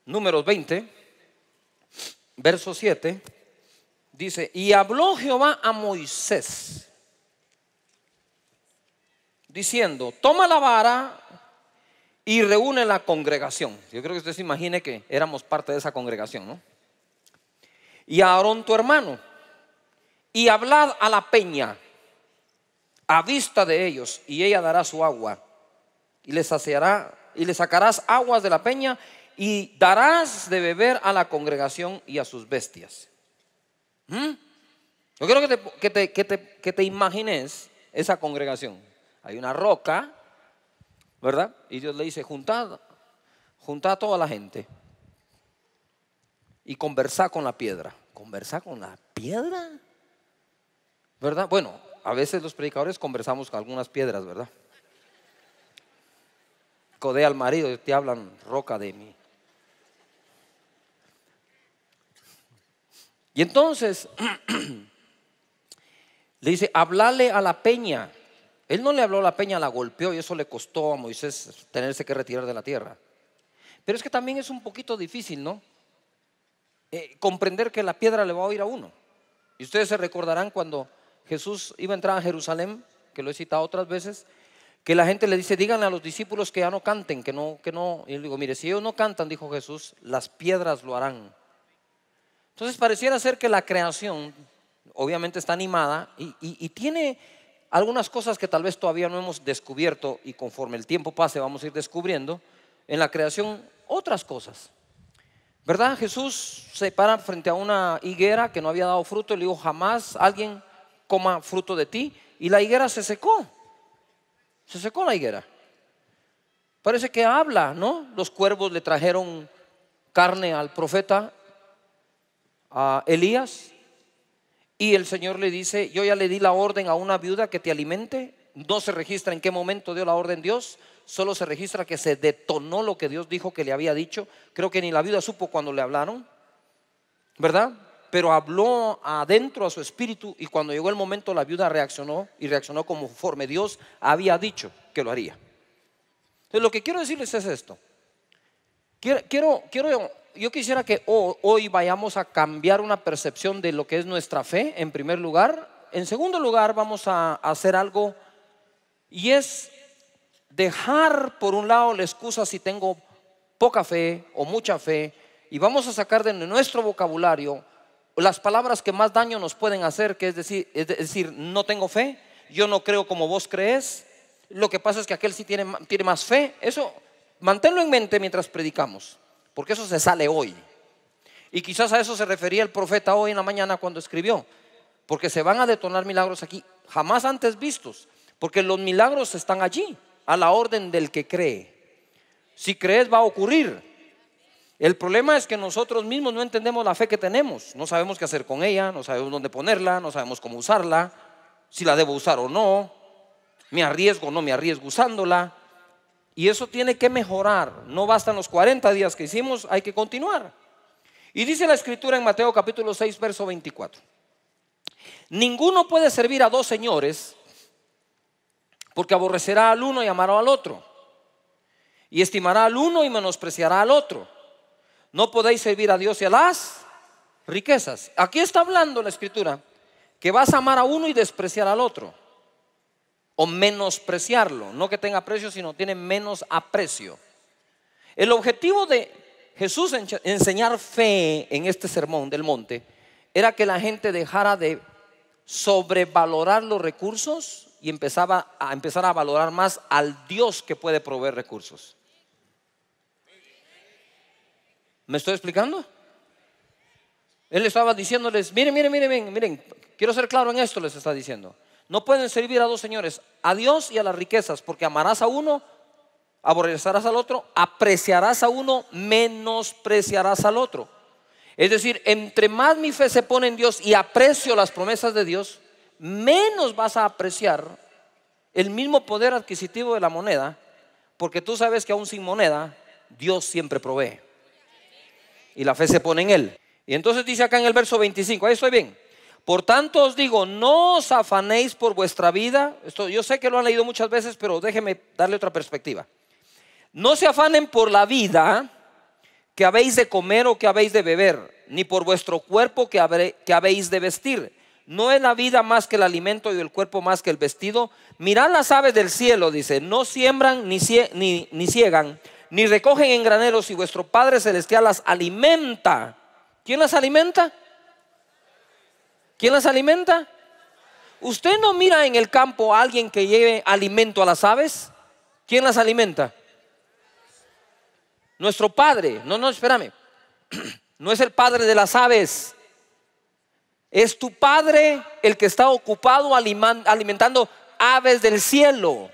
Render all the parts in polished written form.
Números 20, verso 7, dice: y habló Jehová a Moisés, diciendo: toma la vara y reúne la congregación. Yo creo que usted se imagine que éramos parte de esa congregación, ¿no? Y a Aarón tu hermano, y hablad a la peña a vista de ellos, y ella dará su agua, y le saciará, y le sacarás aguas de la peña, y darás de beber a la congregación y a sus bestias. Yo quiero que te imagines esa congregación. Hay una roca, ¿verdad? Y Dios le dice: juntad a toda la gente y conversá con la piedra. ¿Conversar con la piedra? ¿Verdad? Bueno, a veces los predicadores conversamos con algunas piedras, ¿verdad? Codea al marido y te hablan: roca de mí. Y entonces le dice: hablale a la peña. Él no le habló a la peña, la golpeó, y eso le costó a Moisés tenerse que retirar de la tierra. Pero es que también es un poquito difícil, ¿no? Comprender que la piedra le va a oír a uno. Y ustedes se recordarán cuando Jesús iba a entrar a Jerusalén, que lo he citado otras veces, que la gente le dice: díganle a los discípulos que ya no canten, que no. Y él dijo: mire, si ellos no cantan, dijo Jesús, las piedras lo harán. Entonces pareciera ser que la creación obviamente está animada y tiene algunas cosas que tal vez todavía no hemos descubierto, y conforme el tiempo pase vamos a ir descubriendo en la creación otras cosas, ¿verdad? Jesús se para frente a una higuera que no había dado fruto y le dijo: jamás alguien coma fruto de ti. Y la higuera se secó la higuera. Parece que habla, ¿no? Los cuervos le trajeron carne al profeta, a Elías, y el Señor le dice: yo ya le di la orden a una viuda que te alimente. No se registra en qué momento dio la orden Dios, solo se registra que se detonó lo que Dios dijo que le había dicho. Creo que ni la viuda supo cuando le hablaron, ¿verdad? Pero habló adentro a su espíritu, y cuando llegó el momento la viuda reaccionó, y reaccionó conforme Dios había dicho que lo haría. Entonces lo que quiero decirles es esto. Yo quisiera que hoy vayamos a cambiar una percepción de lo que es nuestra fe, en primer lugar. En segundo lugar, vamos a hacer algo, y es dejar por un lado la excusa si tengo poca fe o mucha fe, y vamos a sacar de nuestro vocabulario las palabras que más daño nos pueden hacer, que es decir, no tengo fe, yo no creo como vos crees, lo que pasa es que aquel sí tiene más fe. Eso manténlo en mente mientras predicamos, porque eso se sale hoy. Y quizás a eso se refería el profeta hoy en la mañana cuando escribió, porque se van a detonar milagros aquí jamás antes vistos, porque los milagros están allí a la orden del que cree. Si crees, va a ocurrir. El problema es que nosotros mismos no entendemos la fe que tenemos. No sabemos qué hacer con ella, no sabemos dónde ponerla, no sabemos cómo usarla, si la debo usar o no, me arriesgo o no me arriesgo usándola. Y eso tiene que mejorar. No bastan los 40 días que hicimos, hay que continuar. Y dice la escritura en Mateo capítulo 6 verso 24: ninguno puede servir a dos señores, porque aborrecerá al uno y amará al otro, y estimará al uno y menospreciará al otro. No podéis servir a Dios y a las riquezas. Aquí está hablando la escritura que vas a amar a uno y despreciar al otro, o menospreciarlo. No que tenga aprecio, sino tiene menos aprecio. El objetivo de Jesús enseñar fe en este sermón del monte era que la gente dejara de sobrevalorar los recursos y empezar a valorar más al Dios que puede proveer recursos. ¿Me estoy explicando? Él estaba diciéndoles: miren, quiero ser claro en esto. Les está diciendo: no pueden servir a dos señores, a Dios y a las riquezas, porque amarás a uno, aborrecerás al otro, apreciarás a uno, menospreciarás al otro. Es decir, entre más mi fe se pone en Dios y aprecio las promesas de Dios, menos vas a apreciar el mismo poder adquisitivo de la moneda, porque tú sabes que aún sin moneda Dios siempre provee, y la fe se pone en Él. Y entonces dice acá en el verso 25, ahí estoy bien: por tanto os digo, no os afanéis por vuestra vida. Esto yo sé que lo han leído muchas veces, pero déjenme darle otra perspectiva. No se afanen por la vida, que habéis de comer o que habéis de beber, ni por vuestro cuerpo que habéis de vestir. ¿No es la vida más que el alimento y el cuerpo más que el vestido? Mirad las aves del cielo, dice, no siembran ni ciegan, ni recogen en graneros, y vuestro Padre Celestial las alimenta. ¿Quién las alimenta? ¿Quién las alimenta? ¿Usted no mira en el campo a alguien que lleve alimento a las aves? ¿Quién las alimenta? Nuestro Padre. No, espérame. No es el Padre de las aves. Es tu Padre el que está ocupado alimentando aves del cielo.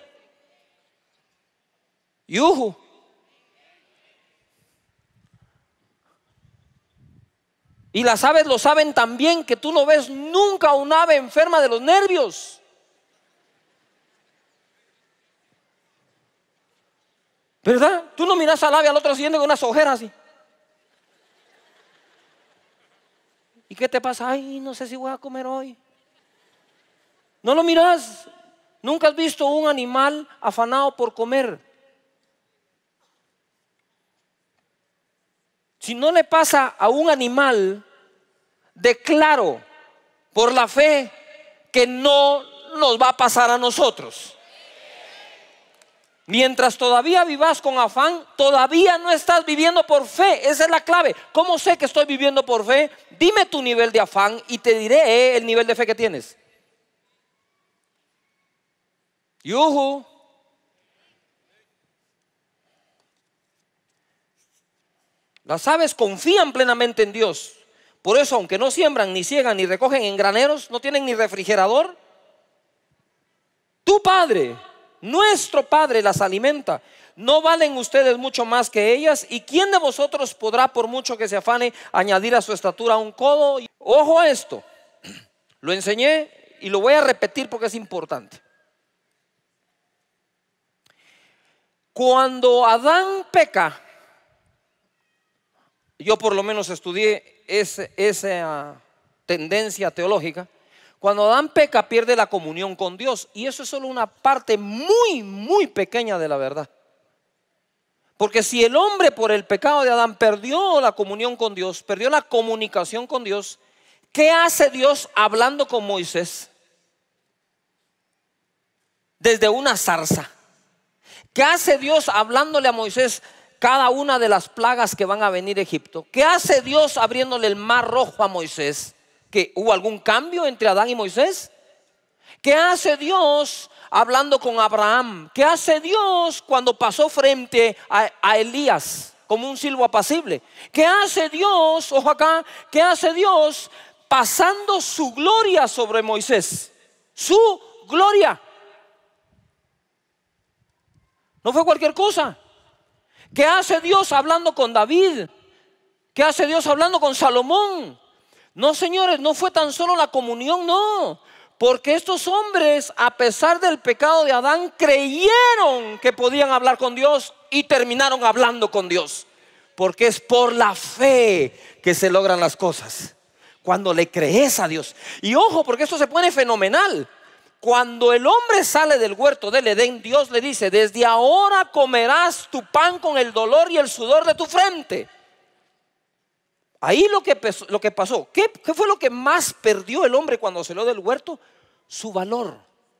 Yuhu. Y las aves lo saben también, que tú no ves nunca un ave enferma de los nervios. ¿Verdad? Tú no miras al ave al otro siguiente con unas ojeras así. ¿Y qué te pasa? Ay, no sé si voy a comer hoy. No lo miras. Nunca has visto un animal afanado por comer. Si no le pasa a un animal, declaro por la fe que no nos va a pasar a nosotros. Mientras todavía vivas con afán, todavía no estás viviendo por fe. Esa es la clave. ¿Cómo sé que estoy viviendo por fe? Dime tu nivel de afán y te diré el nivel de fe que tienes. Yuhu. Las aves confían plenamente en Dios. Por eso, aunque no siembran, ni ciegan, ni recogen en graneros, no tienen ni refrigerador, tu Padre, nuestro Padre, las alimenta. ¿No valen ustedes mucho más que ellas? ¿Y quién de vosotros podrá, por mucho que se afane, añadir a su estatura un codo? Ojo a esto. Lo enseñé y lo voy a repetir porque es importante. Cuando Adán peca, yo por lo menos estudié esa tendencia teológica. Cuando Adán peca, pierde la comunión con Dios. Y eso es solo una parte muy, muy pequeña de la verdad. Porque si el hombre por el pecado de Adán perdió la comunión con Dios, perdió la comunicación con Dios, ¿qué hace Dios hablando con Moisés? Desde una zarza. ¿Qué hace Dios hablándole a Moisés cada una de las plagas que van a venir a Egipto? ¿Qué hace Dios abriéndole el mar rojo a Moisés? ¿Que hubo algún cambio entre Adán y Moisés? ¿Qué hace Dios hablando con Abraham? ¿Qué hace Dios cuando pasó frente a Elías como un silbo apacible? ¿Qué hace Dios, ojo acá, qué hace Dios pasando su gloria sobre Moisés? Su gloria. No fue cualquier cosa. ¿Qué hace Dios hablando con David? ¿Qué hace Dios hablando con Salomón? No, señores, no fue tan solo la comunión, no. Porque estos hombres, a pesar del pecado de Adán, creyeron que podían hablar con Dios y terminaron hablando con Dios. Porque es por la fe que se logran las cosas. Cuando le crees a Dios. Y ojo, porque esto se pone fenomenal. Cuando el hombre sale del huerto del Edén, Dios le dice: desde ahora comerás tu pan con el dolor y el sudor de tu frente. Ahí lo que pasó, ¿qué fue lo que más perdió el hombre cuando salió del huerto? Su valor.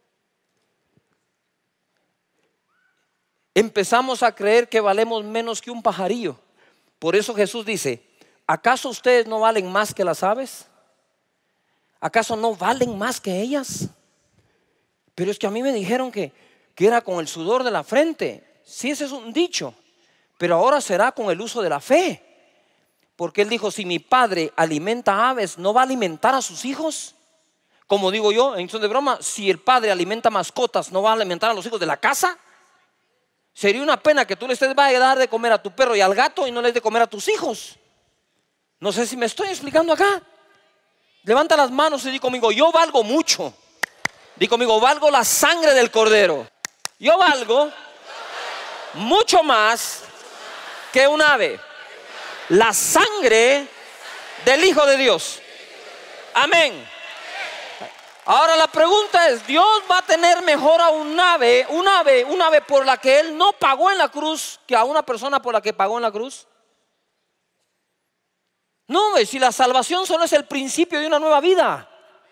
Empezamos a creer que valemos menos que un pajarillo. Por eso Jesús dice: ¿acaso ustedes no valen más que las aves? ¿Acaso no valen más que ellas? Pero es que a mí me dijeron que era con el sudor de la frente. Sí, ese es un dicho, pero ahora será con el uso de la fe. Porque él dijo: si mi padre alimenta aves, ¿no va a alimentar a sus hijos? Como digo yo, en son de broma, si el padre alimenta mascotas, ¿no va a alimentar a los hijos de la casa? Sería una pena que tú le estés vaya a dar de comer a tu perro y al gato y no le des de comer a tus hijos. No sé si me estoy explicando acá. Levanta las manos y di conmigo: yo valgo mucho. Di conmigo: valgo la sangre del cordero. Yo valgo mucho más que un ave. La sangre del Hijo de Dios. Amén. Ahora la pregunta es: ¿Dios va a tener mejor a un ave por la que Él no pagó en la cruz, que a una persona por la que pagó en la cruz? No, si la salvación solo es el principio de una nueva vida.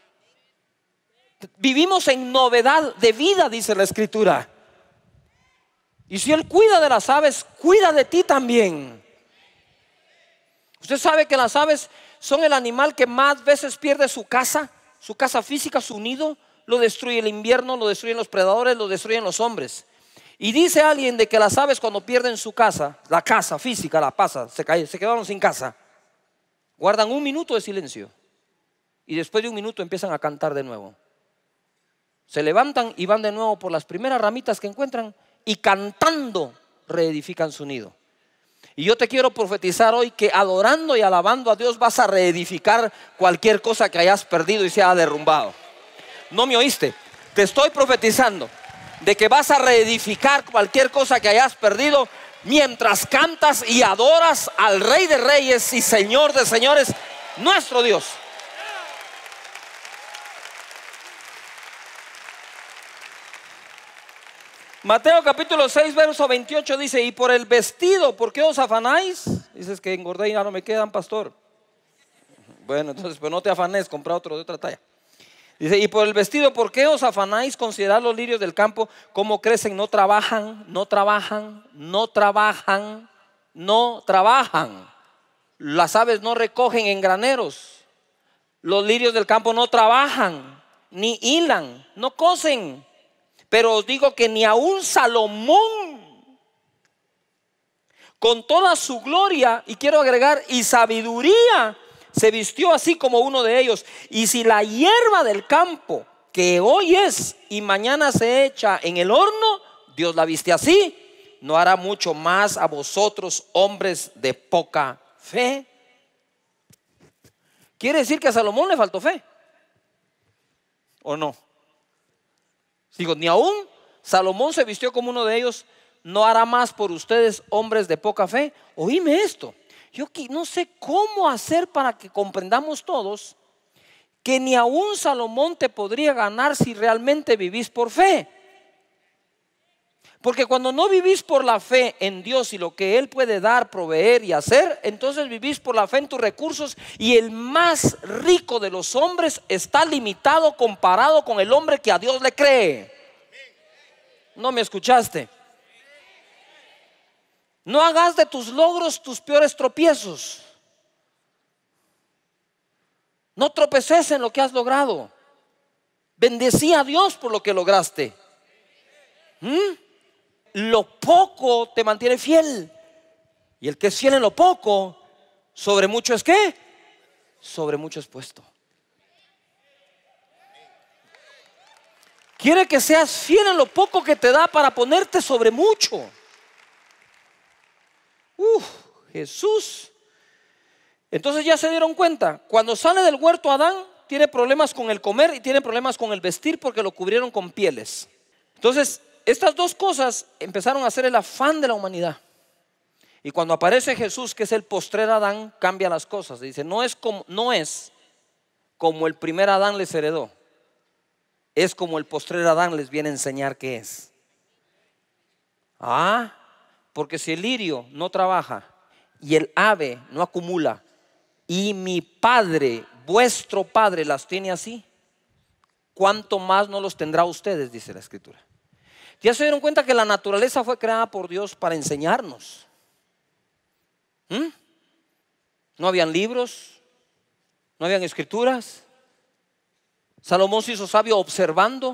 Vivimos en novedad de vida, dice la Escritura. Y si Él cuida de las aves, cuida de ti también. Usted sabe que las aves son el animal que más veces pierde su casa física, su nido. Lo destruye el invierno, lo destruyen los predadores, lo destruyen los hombres. Y dice alguien de que las aves cuando pierden su casa, la casa física, la pasa, se quedaron sin casa, guardan un minuto de silencio y después de un minuto empiezan a cantar de nuevo. Se levantan y van de nuevo por las primeras ramitas que encuentran y cantando reedifican su nido. Y yo te quiero profetizar hoy que adorando y alabando a Dios vas a reedificar cualquier cosa que hayas perdido y se haya derrumbado. ¿No me oíste? Te estoy profetizando de que vas a reedificar cualquier cosa que hayas perdido mientras cantas y adoras al Rey de Reyes y Señor de Señores, nuestro Dios. Mateo capítulo 6 verso 28 dice: y por el vestido, ¿por qué os afanáis? Dices que engordé y ya no me quedan, pastor. Bueno, entonces pues no te afanes, compra otro de otra talla. Dice: y por el vestido, ¿por qué os afanáis? Considerad los lirios del campo, cómo crecen, no trabajan. Las aves no recogen en graneros. Los lirios del campo no trabajan, ni hilan, no cosen. Pero os digo que ni aun Salomón, con toda su gloria, y quiero agregar, y sabiduría, se vistió así como uno de ellos. Y si la hierba del campo, que hoy es y mañana se echa en el horno, Dios la viste así, ¿no hará mucho más a vosotros, hombres de poca fe? ¿Quiere decir que a Salomón le faltó fe? ¿O no? Digo, ni aún Salomón se vistió como uno de ellos, ¿no hará más por ustedes, hombres de poca fe? Oíme esto. Yo no sé cómo hacer para que comprendamos todos que ni aún Salomón te podría ganar si realmente vivís por fe. Porque cuando no vivís por la fe en Dios y lo que Él puede dar, proveer y hacer, entonces vivís por la fe en tus recursos, y el más rico de los hombres está limitado comparado con el hombre que a Dios le cree. ¿No me escuchaste? No hagas de tus logros tus peores tropiezos. No tropeces en lo que has logrado. Bendecí a Dios por lo que lograste. Lo poco te mantiene fiel, y el que es fiel en lo poco, sobre mucho es ¿qué? Sobre mucho es puesto. Quiere que seas fiel en lo poco que te da para ponerte sobre mucho. Jesús. Entonces ya se dieron cuenta, cuando sale del huerto Adán, tiene problemas con el comer y tiene problemas con el vestir porque lo cubrieron con pieles. Entonces estas dos cosas empezaron a ser el afán de la humanidad. Y cuando aparece Jesús, que es el postrer Adán, cambia las cosas. Dice, no es como el primer Adán les heredó, es como el postrer Adán les viene a enseñar qué es. Porque si el lirio no trabaja y el ave no acumula, y mi Padre, vuestro Padre, las tiene así, ¿cuánto más no los tendrá ustedes? Dice la Escritura. Ya se dieron cuenta que la naturaleza fue creada por Dios para enseñarnos. No habían libros, no habían escrituras. Salomón se hizo sabio observando.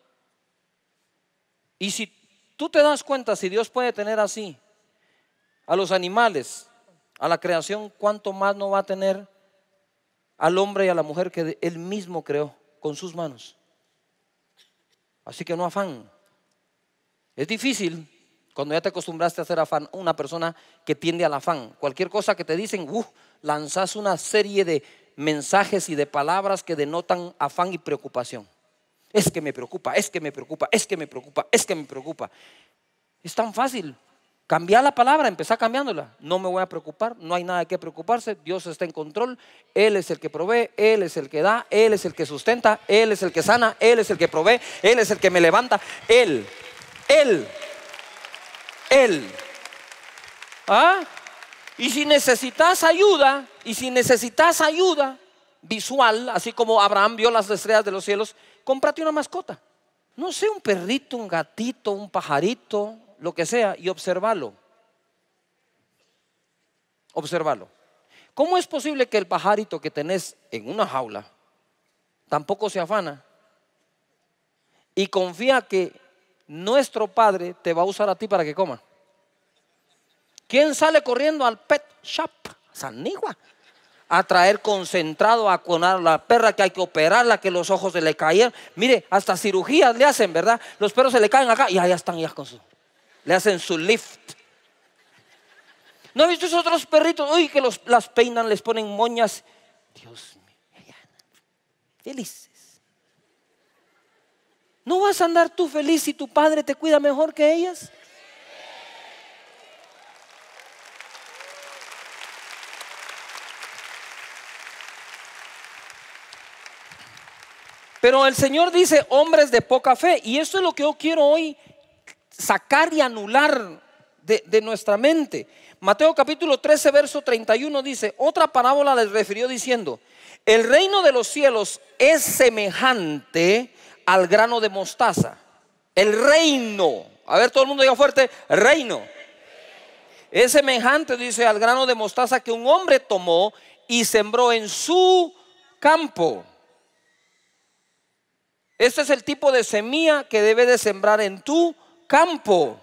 Y si tú te das cuenta, si Dios puede tener así a los animales, a la creación, ¿cuánto más no va a tener al hombre y a la mujer que Él mismo creó con sus manos? Así que no afán. Es difícil cuando ya te acostumbraste a hacer afán, una persona que tiende al afán. Cualquier cosa que te dicen, lanzas una serie de mensajes y de palabras que denotan afán y preocupación. Es que me preocupa, es que me preocupa, es que me preocupa, es que me preocupa. Es tan fácil. Cambiar la palabra, empezar cambiándola. No me voy a preocupar, no hay nada de qué preocuparse. Dios está en control, Él es el que provee, Él es el que da, Él es el que sustenta, Él es el que sana, Él es el que provee, Él es el que me levanta. Él. Y si necesitas ayuda, visual, así como Abraham vio las estrellas de los cielos, cómprate una mascota. No sé, un perrito, un gatito, un pajarito, lo que sea, y obsérvalo. Obsérvalo. ¿Cómo es posible que el pajarito que tenés en una jaula tampoco se afana y confía que nuestro Padre te va a usar a ti para que coma? ¿Quién sale corriendo al pet shop, Sanigua, a traer concentrado, a conar la perra que hay que operarla, que los ojos se le caían? Mire, hasta cirugías le hacen, ¿verdad? Los perros se le caen acá y allá están ya con su, le hacen su lift. ¿No has visto esos otros perritos? Uy, que las peinan, les ponen moñas. Dios mío, felices. ¿No vas a andar tú feliz si tu padre te cuida mejor que ellas? Pero el Señor dice hombres de poca fe. Y esto es lo que yo quiero hoy sacar y anular de nuestra mente. Mateo capítulo 13 verso 31 dice: otra parábola les refirió diciendo: el reino de los cielos es semejante al grano de mostaza. El reino, a ver, todo el mundo diga fuerte: reino. Es semejante, dice, al grano de mostaza que un hombre tomó y sembró en su campo. Este es el tipo de semilla que debe de sembrar en tu campo.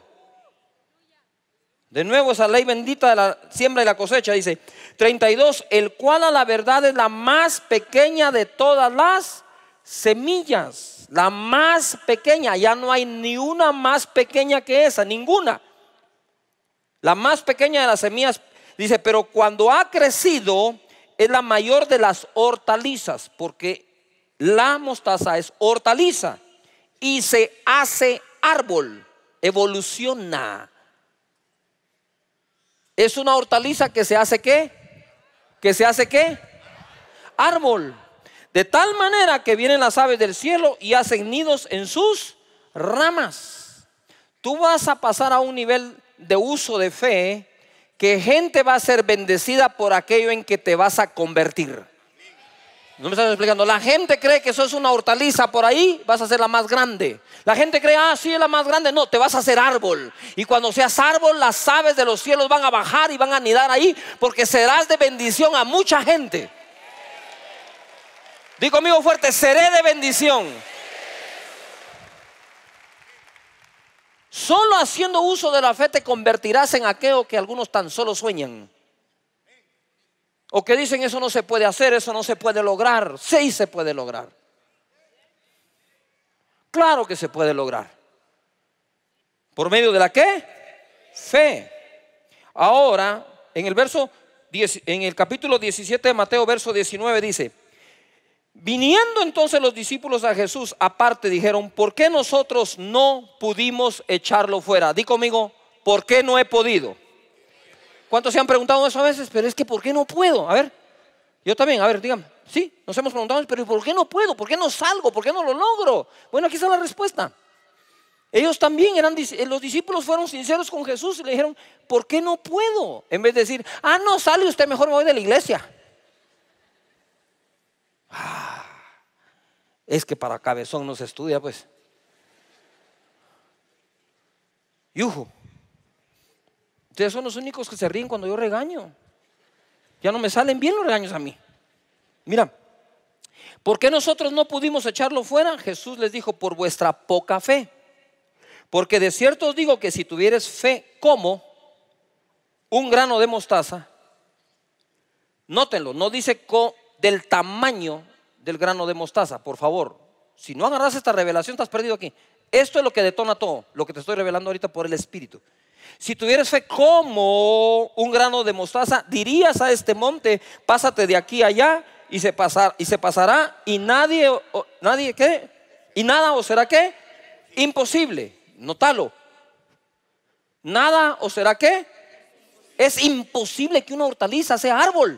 De nuevo esa ley bendita de la siembra y la cosecha. Dice 32: el cual a la verdad es la más pequeña de todas las semillas. La más pequeña, ya no hay ni una más pequeña que esa, ninguna. La más pequeña de las semillas. Dice, pero cuando ha crecido es la mayor de las hortalizas, porque la mostaza es hortaliza y se hace árbol, evoluciona. Es una hortaliza que se hace ¿qué? Que se hace ¿qué? Árbol. De tal manera que vienen las aves del cielo y hacen nidos en sus ramas. Tú vas a pasar a un nivel de uso de fe que gente va a ser bendecida por aquello en que te vas a convertir. No me estás explicando. La gente cree que eso es una hortaliza, por ahí vas a ser la más grande. La gente cree, sí, es la más grande. No, te vas a hacer árbol. Y cuando seas árbol, las aves de los cielos van a bajar y van a anidar ahí, porque serás de bendición a mucha gente. Digo conmigo fuerte: seré de bendición. Solo haciendo uso de la fe te convertirás en aquello que algunos tan solo sueñan. O que dicen, eso no se puede hacer, eso no se puede lograr. Sí se puede lograr. Claro que se puede lograr. ¿Por medio de la qué? Fe. Ahora, en el capítulo 17 de Mateo, verso 19 dice: viniendo entonces los discípulos a Jesús aparte, dijeron: ¿por qué nosotros no pudimos echarlo fuera? Di conmigo: ¿por qué no he podido? ¿Cuántos se han preguntado eso a veces? Pero es que ¿por qué no puedo? A ver, yo también, a ver, díganme. Sí, nos hemos preguntado, pero ¿por qué no puedo? ¿Por qué no salgo? ¿Por qué no lo logro? Bueno, aquí está la respuesta. Ellos también los discípulos fueron sinceros con Jesús y le dijeron: ¿por qué no puedo? En vez de decir, no sale usted, mejor me voy de la iglesia. Es que para cabezón no se estudia, pues. Yujo. Ustedes son los únicos que se ríen cuando yo regaño. Ya no me salen bien los regaños a mí. Mira, ¿por qué nosotros no pudimos echarlo fuera? Jesús les dijo: por vuestra poca fe. Porque de cierto os digo que si tuvieres fe como un grano de mostaza, nótenlo, no dice del tamaño del grano de mostaza, por favor. Si no agarras esta revelación, estás perdido aquí. Esto es lo que detona todo, lo que te estoy revelando ahorita por el Espíritu. Si tuvieras fe como un grano de mostaza, dirías a este monte: pásate de aquí a allá, y se pasará, y nadie ¿qué? Y nada os será ¿qué? Imposible. Nótalo. Nada os será ¿qué? Es imposible que una hortaliza sea árbol.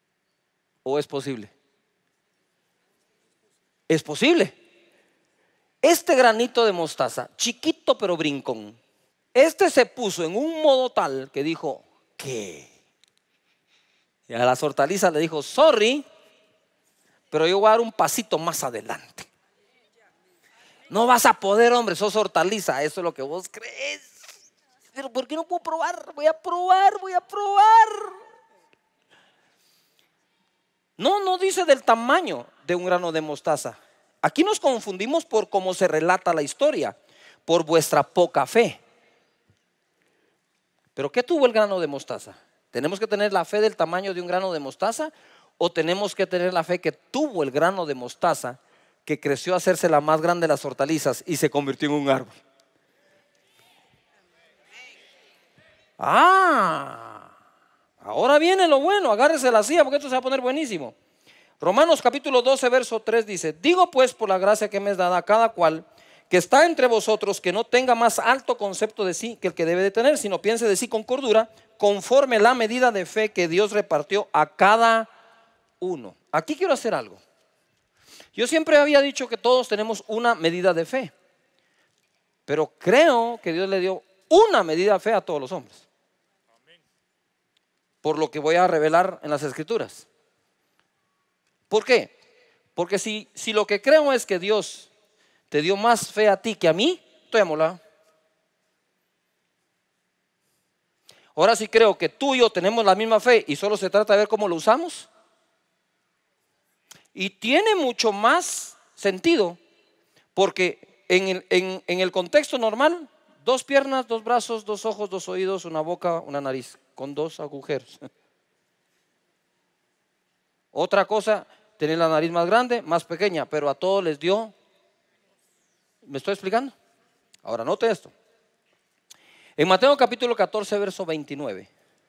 ¿O es posible? Es posible. Este granito de mostaza, chiquito pero brincón, este se puso en un modo tal que dijo, ¿qué? Y a las hortalizas le dijo, sorry, pero yo voy a dar un pasito más adelante. No vas a poder, hombre, sos hortaliza, eso es lo que vos crees. Pero ¿por qué no puedo probar? Voy a probar. No dice del tamaño de un grano de mostaza. Aquí nos confundimos por cómo se relata la historia, por vuestra poca fe. ¿Pero qué tuvo el grano de mostaza? ¿Tenemos que tener la fe del tamaño de un grano de mostaza? ¿O tenemos que tener la fe que tuvo el grano de mostaza, que creció a hacerse la más grande de las hortalizas y se convirtió en un árbol? Ahora viene lo bueno, agárrese la silla porque esto se va a poner buenísimo. Romanos capítulo 12 verso 3 dice, digo pues por la gracia que me es dada a cada cual que está entre vosotros, que no tenga más alto concepto de sí que el que debe de tener, sino piense de sí con cordura, conforme la medida de fe que Dios repartió a cada uno. Aquí quiero hacer algo. Yo siempre había dicho que todos tenemos una medida de fe, pero creo que Dios le dio una medida de fe a todos los hombres, por lo que voy a revelar en las escrituras. ¿Por qué? Porque si lo que creo es que Dios te dio más fe a ti que a mí, estoy amolado. Ahora sí creo que tú y yo tenemos la misma fe y solo se trata de ver cómo lo usamos. Y tiene mucho más sentido, porque en el contexto normal, 2 piernas, 2 brazos, 2 ojos, 2 oídos, una boca, una nariz, con 2 agujeros. Otra cosa, tener la nariz más grande, más pequeña, pero a todos les dio. ¿Me estoy explicando? Ahora note esto. En Mateo capítulo 14 verso 29.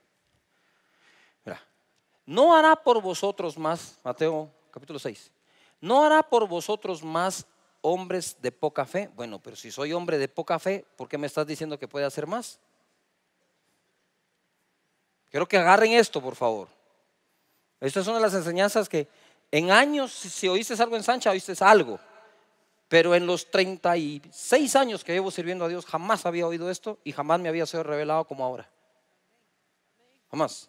Mira, no hará por vosotros más, Mateo capítulo 6, no hará por vosotros más hombres de poca fe. Bueno, pero si soy hombre de poca fe, ¿por qué me estás diciendo que puede hacer más? Quiero que agarren esto, por favor. Esta es una de las enseñanzas que en años, si oíste algo en Sancha, oíste algo. Pero en los 36 años que llevo sirviendo a Dios, jamás había oído esto y jamás me había sido revelado como ahora. Jamás.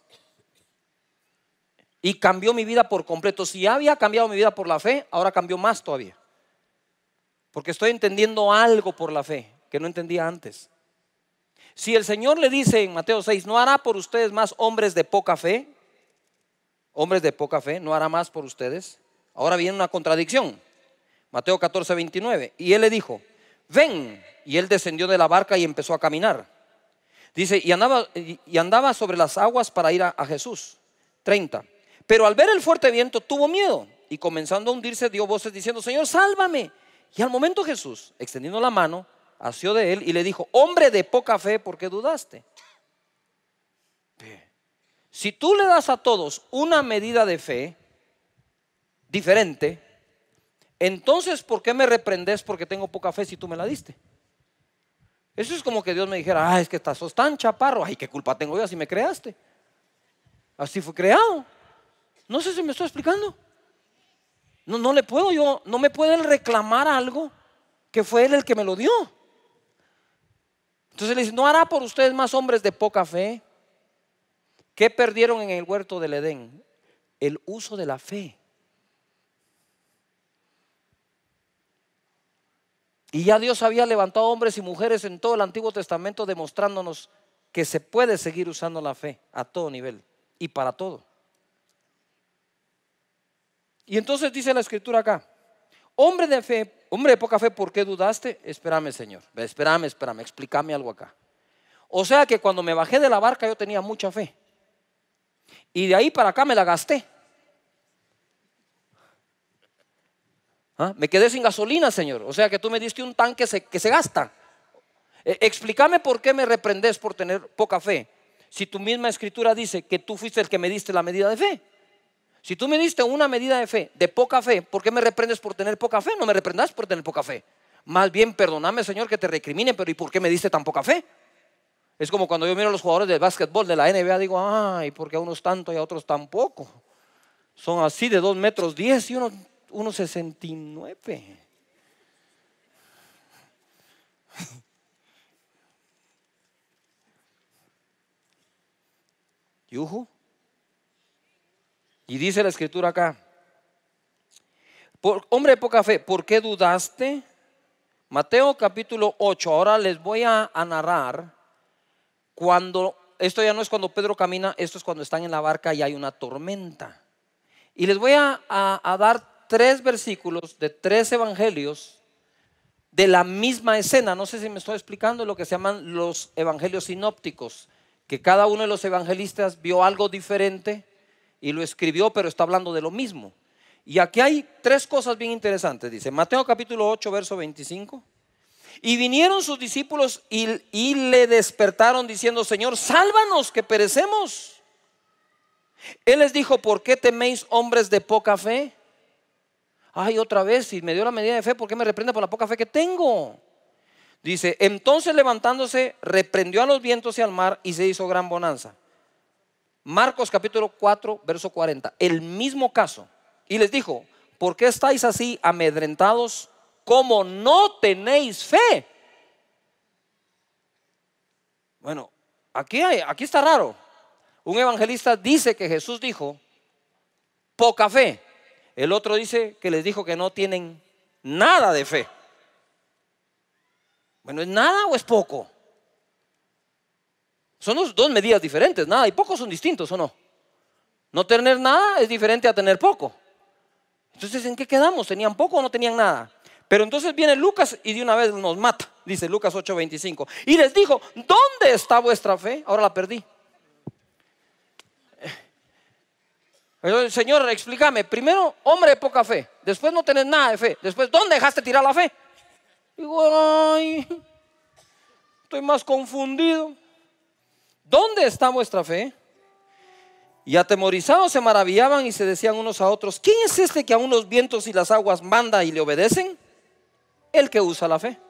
Y cambió mi vida por completo. Si ya había cambiado mi vida por la fe, ahora cambió más todavía. Porque estoy entendiendo algo por la fe que no entendía antes. Si el Señor le dice en Mateo 6, no hará por ustedes más hombres de poca fe, no hará más por ustedes. Ahora viene una contradicción. Mateo 14, 29. Y él le dijo, ven. Y él descendió de la barca y empezó a caminar. Dice, y andaba sobre las aguas para ir a Jesús. 30. Pero al ver el fuerte viento tuvo miedo y comenzando a hundirse dio voces diciendo, Señor, sálvame. Y al momento Jesús, extendiendo la mano, asió de él y le dijo, hombre de poca fe, ¿por qué dudaste? Si tú le das a todos una medida de fe diferente, entonces ¿por qué me reprendes porque tengo poca fe si tú me la diste? Eso es como que Dios me dijera, es que sos tan chaparro, ay, ¿qué culpa tengo yo si me creaste? Así fue creado. No sé si me estoy explicando. No le puedo yo, no me puede él reclamar algo que fue él el que me lo dio. Entonces le dice, no hará por ustedes más hombres de poca fe. ¿Qué perdieron en el huerto del Edén? El uso de la fe. Y ya Dios había levantado hombres y mujeres en todo el Antiguo Testamento demostrándonos que se puede seguir usando la fe a todo nivel y para todo. Y entonces dice la escritura acá, hombre de fe, hombre de poca fe, ¿por qué dudaste? Espérame, Señor, espérame, explícame algo acá. O sea que cuando me bajé de la barca yo tenía mucha fe y de ahí para acá me la gasté. Me quedé sin gasolina, Señor. O sea que tú me diste un tanque que se gasta. Explícame por qué me reprendes por tener poca fe, si tu misma escritura dice que tú fuiste el que me diste la medida de fe. Si tú me diste una medida de fe, de poca fe, ¿por qué me reprendes por tener poca fe? No me reprendas por tener poca fe. Más bien perdóname, Señor, que te recrimine, pero ¿y por qué me diste tan poca fe? Es como cuando yo miro a los jugadores de básquetbol de la NBA, digo, ay, porque a unos tanto y a otros tan poco. Son así de 2 metros 10 y uno 1.69. Yuhu. Y dice la escritura acá, hombre de poca fe, ¿por qué dudaste? Mateo capítulo 8. Ahora les voy a narrar cuando, esto ya no es cuando Pedro camina, esto es cuando están en la barca y hay una tormenta. Y les voy a dar 3 versículos de 3 evangelios de la misma escena. No sé si me estoy explicando lo que se llaman los evangelios sinópticos, que cada uno de los evangelistas vio algo diferente y lo escribió, pero está hablando de lo mismo. Y aquí hay 3 cosas bien interesantes. Dice Mateo capítulo 8 verso 25. Y vinieron sus discípulos y le despertaron diciendo: Señor, sálvanos que perecemos. Él les dijo: ¿por qué teméis, hombres de poca fe? Ay, otra vez, si me dio la medida de fe, ¿por qué me reprende por la poca fe que tengo? Dice, entonces levantándose, reprendió a los vientos y al mar y se hizo gran bonanza. Marcos capítulo 4 verso 40, el mismo caso. Y les dijo: ¿por qué estáis así amedrentados, como no tenéis fe? Bueno, aquí está raro. Un evangelista dice que Jesús dijo poca fe. El otro dice que les dijo que no tienen nada de fe. Bueno, ¿es nada o es poco? Son 2 medidas diferentes. Nada y poco son distintos, ¿o no? No tener nada es diferente a tener poco. Entonces, ¿en qué quedamos? ¿Tenían poco o no tenían nada? Pero entonces viene Lucas y de una vez nos mata. Dice Lucas 8:25. Y les dijo: ¿dónde está vuestra fe? Ahora la perdí. Señor, explícame. Primero, hombre de poca fe. Después, no tenés nada de fe. Después, ¿dónde dejaste tirar la fe? Digo, ay, estoy más confundido. ¿Dónde está vuestra fe? Y atemorizados se maravillaban y se decían unos a otros: ¿quién es este que aún los vientos y las aguas manda y le obedecen? El que usa la fe.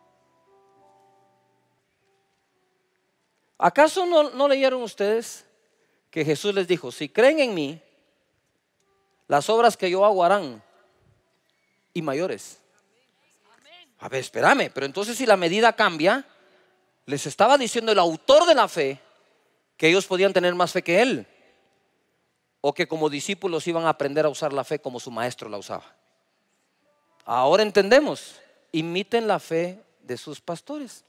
¿Acaso no leyeron ustedes que Jesús les dijo: si creen en mí, las obras que yo hago harán y mayores? A ver, espérame, pero entonces si la medida cambia, les estaba diciendo el autor de la fe que ellos podían tener más fe que él, o que como discípulos iban a aprender a usar la fe como su maestro la usaba. Ahora entendemos: imiten la fe de sus pastores.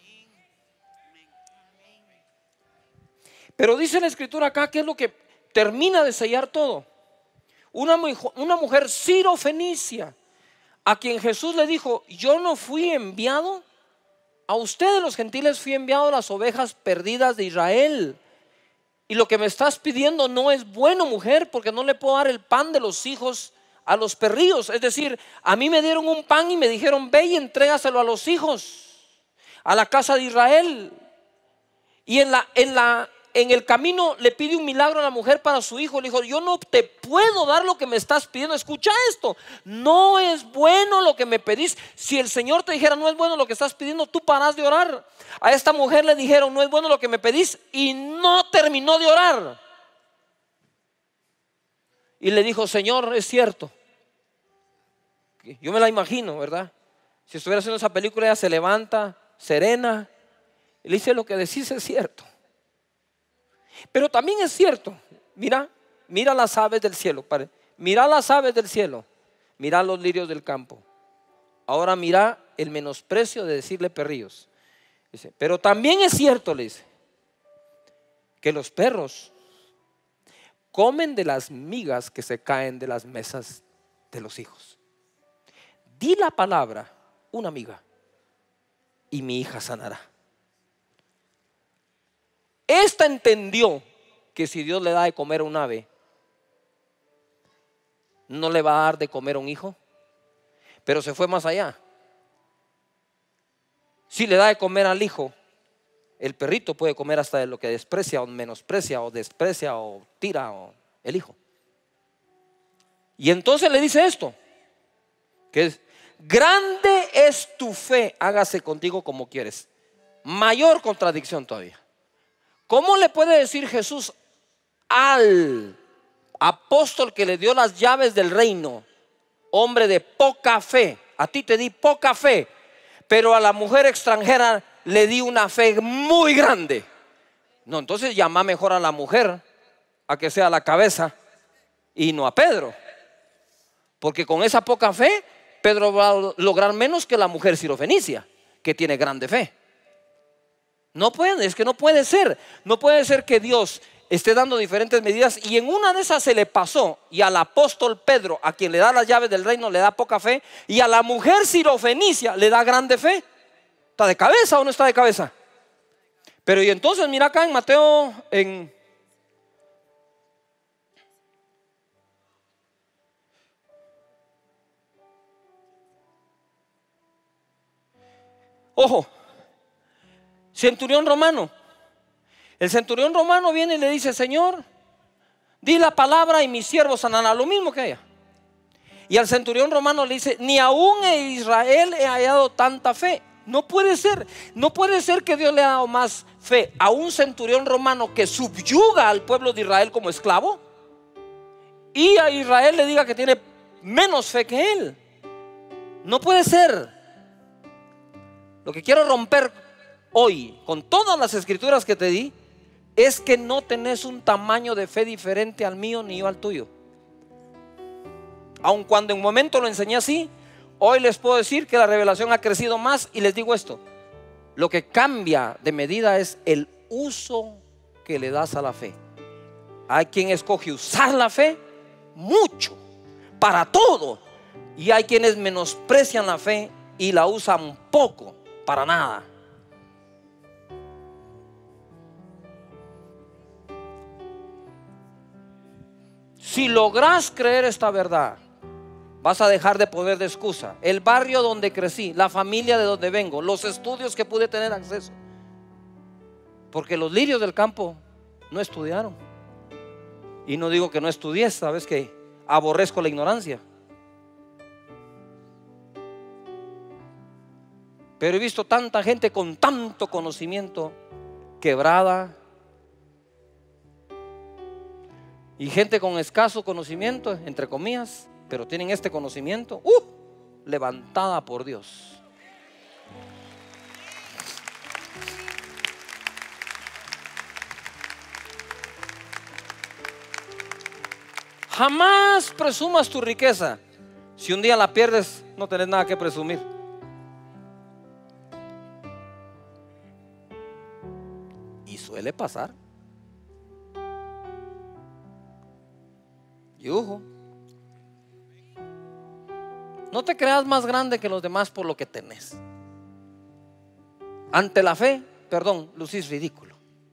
Pero dice la escritura acá, ¿qué es lo que termina de sellar todo? Una mujer sirofenicia, a quien Jesús le dijo: yo no fui enviado a ustedes los gentiles, fui enviado a las ovejas perdidas de Israel. Y lo que me estás pidiendo no es bueno, mujer, porque no le puedo dar el pan de los hijos a los perrillos. Es decir, a mí me dieron un pan y me dijeron: ve y entrégaselo a los hijos, a la casa de Israel. Y en el camino le pide un milagro a la mujer para su hijo. Le dijo: yo no te puedo dar lo que me estás pidiendo. Escucha esto: no es bueno lo que me pedís. Si el Señor te dijera: no es bueno lo que estás pidiendo, tú parás de orar. A esta mujer le dijeron: no es bueno lo que me pedís, y no terminó de orar. Y le dijo: Señor, es cierto. Yo me la imagino, ¿verdad? Si estuviera haciendo esa película, ella se levanta serena y le dice: lo que decís es cierto. Pero también es cierto. Mira las aves del cielo. Mira las aves del cielo. Mira los lirios del campo. Ahora mira el menosprecio de decirle perrillos. Dice, pero también es cierto, le dice, que los perros comen de las migas que se caen de las mesas de los hijos. Di la palabra, una miga, y mi hija sanará. Esta entendió que si Dios le da de comer a un ave, no le va a dar de comer a un hijo. Pero se fue más allá. Si le da de comer al hijo, el perrito puede comer hasta de lo que desprecia o menosprecia o desprecia o tira o el hijo. Y entonces le dice esto, que es: grande es tu fe, hágase contigo como quieres. Mayor contradicción todavía. ¿Cómo le puede decir Jesús al apóstol que le dio las llaves del reino: hombre de poca fe, a ti te di poca fe, pero a la mujer extranjera le di una fe muy grande? No, entonces llama mejor a la mujer a que sea la cabeza y no a Pedro. Porque con esa poca fe, Pedro va a lograr menos que la mujer sirofenicia, que tiene grande fe. No puede, es que no puede ser. No puede ser que Dios esté dando diferentes medidas y en una de esas se le pasó, y al apóstol Pedro, a quien le da las llaves del reino, le da poca fe, y a la mujer sirofenicia le da grande fe. ¿Está de cabeza o no está de cabeza? Pero y entonces mira acá en Mateo, ojo, centurión romano. El centurión romano viene y le dice: Señor, di la palabra y mi siervo sanará. Lo mismo que ella. Y al centurión romano le dice: ni aún en Israel he hallado tanta fe. No puede ser. No puede ser que Dios le ha dado más fe a un centurión romano que subyuga al pueblo de Israel como esclavo, y a Israel le diga que tiene menos fe que él. No puede ser. Lo que quiero romper hoy con todas las escrituras que te di es que no tenés un tamaño de fe diferente al mío ni yo al tuyo. Aun cuando en un momento lo enseñé así, hoy les puedo decir que la revelación ha crecido más. Y les digo esto: lo que cambia de medida es el uso que le das a la fe. Hay quien escoge usar la fe mucho, para todo, y hay quienes menosprecian la fe y la usan poco, para nada. Si logras creer esta verdad, vas a dejar de poner de excusa el barrio donde crecí, la familia de donde vengo, los estudios que pude tener acceso. Porque los lirios del campo no estudiaron. Y no digo que no estudies, sabes que aborrezco la ignorancia. Pero he visto tanta gente con tanto conocimiento quebrada, y gente con escaso conocimiento, entre comillas, pero tienen este conocimiento, levantada por Dios. Jamás presumas tu riqueza. Si un día la pierdes, no tenés nada que presumir. Y suele pasar. Yujo. No te creas más grande que los demás por lo que tenés. Ante la fe, lucís ridículo.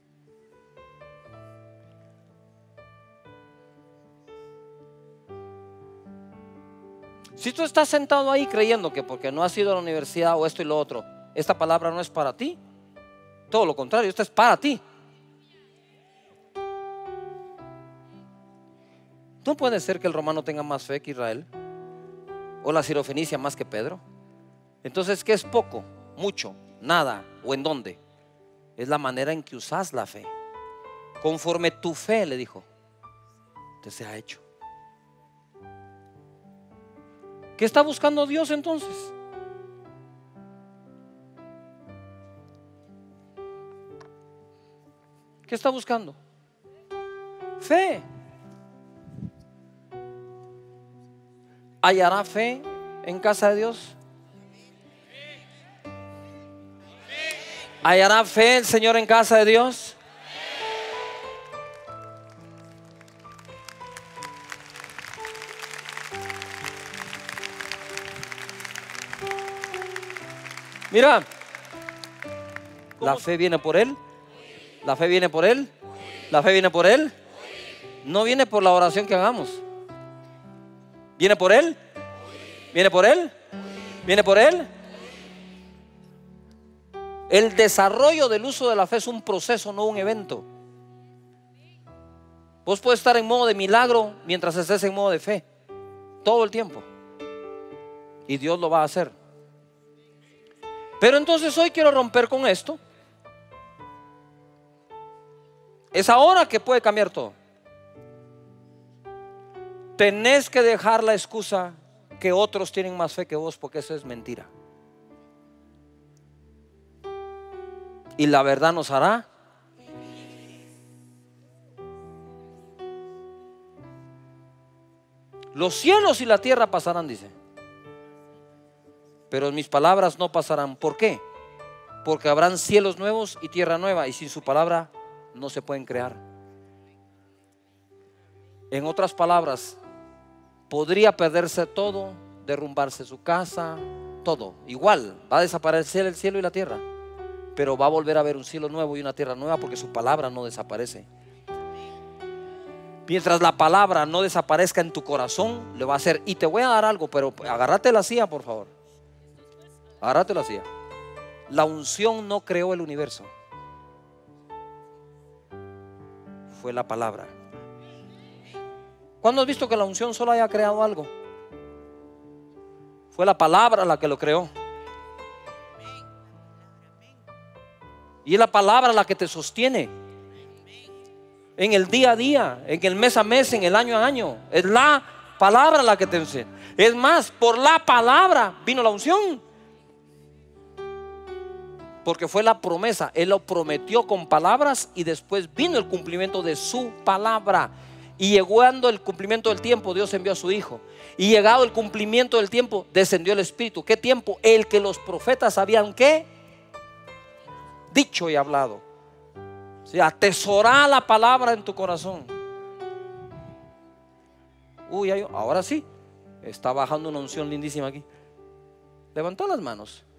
Si tú estás sentado ahí creyendo que porque no has ido a la universidad o esto y lo otro, esta palabra no es para ti, todo lo contrario, esta es para ti. No puede ser que el romano tenga más fe que Israel, o la sirofenicia más que Pedro. Entonces, ¿qué es poco, mucho, nada o en dónde? Es la manera en que usas la fe. Conforme tu fe, le dijo, te sea hecho. ¿Qué está buscando Dios entonces? ¿Qué está buscando? Fe. ¿Hallará fe en casa de Dios? ¿Hallará fe el Señor en casa de Dios? Mira, la fe viene por Él. La fe viene por Él. La fe viene por Él. No viene por la oración que hagamos. ¿Viene por Él? ¿Viene por Él? ¿Viene por Él? El desarrollo del uso de la fe es un proceso, no un evento. Vos puedes estar en modo de milagro mientras estés en modo de fe, todo el tiempo. Y Dios lo va a hacer. Pero entonces hoy quiero romper con esto. Es ahora que puede cambiar todo. Tenés que dejar la excusa que otros tienen más fe que vos, porque eso es mentira. Y la verdad nos hará Los cielos y la tierra pasarán, dice, pero mis palabras no pasarán. ¿Por qué? Porque habrán cielos nuevos y tierra nueva, y sin su palabra no se pueden crear. En otras palabras, podría perderse todo, derrumbarse su casa, todo. Igual, va a desaparecer el cielo y la tierra, pero va a volver a haber un cielo nuevo y una tierra nueva, porque su palabra no desaparece. Mientras la palabra no desaparezca en tu corazón, le va a hacer. Y te voy a dar algo, pero agárrate la silla, por favor. Agárrate la silla. La unción no creó el universo, fue la palabra. ¿Cuándo has visto que la unción solo haya creado algo? Fue la palabra la que lo creó. Y es la palabra la que te sostiene en el día a día, en el mes a mes, en el año a año. Es la palabra la que te enseña. Es más, por la palabra vino la unción, porque fue la promesa. Él lo prometió con palabras, y después vino el cumplimiento de su palabra. Y llegando el cumplimiento del tiempo, Dios envió a su Hijo. Y llegado el cumplimiento del tiempo, descendió el Espíritu. ¿Qué tiempo? El que los profetas habían, ¿qué? Dicho y hablado. O sea, atesorar la palabra en tu corazón. Uy, ahora sí, está bajando una unción lindísima aquí. Levantó las manos.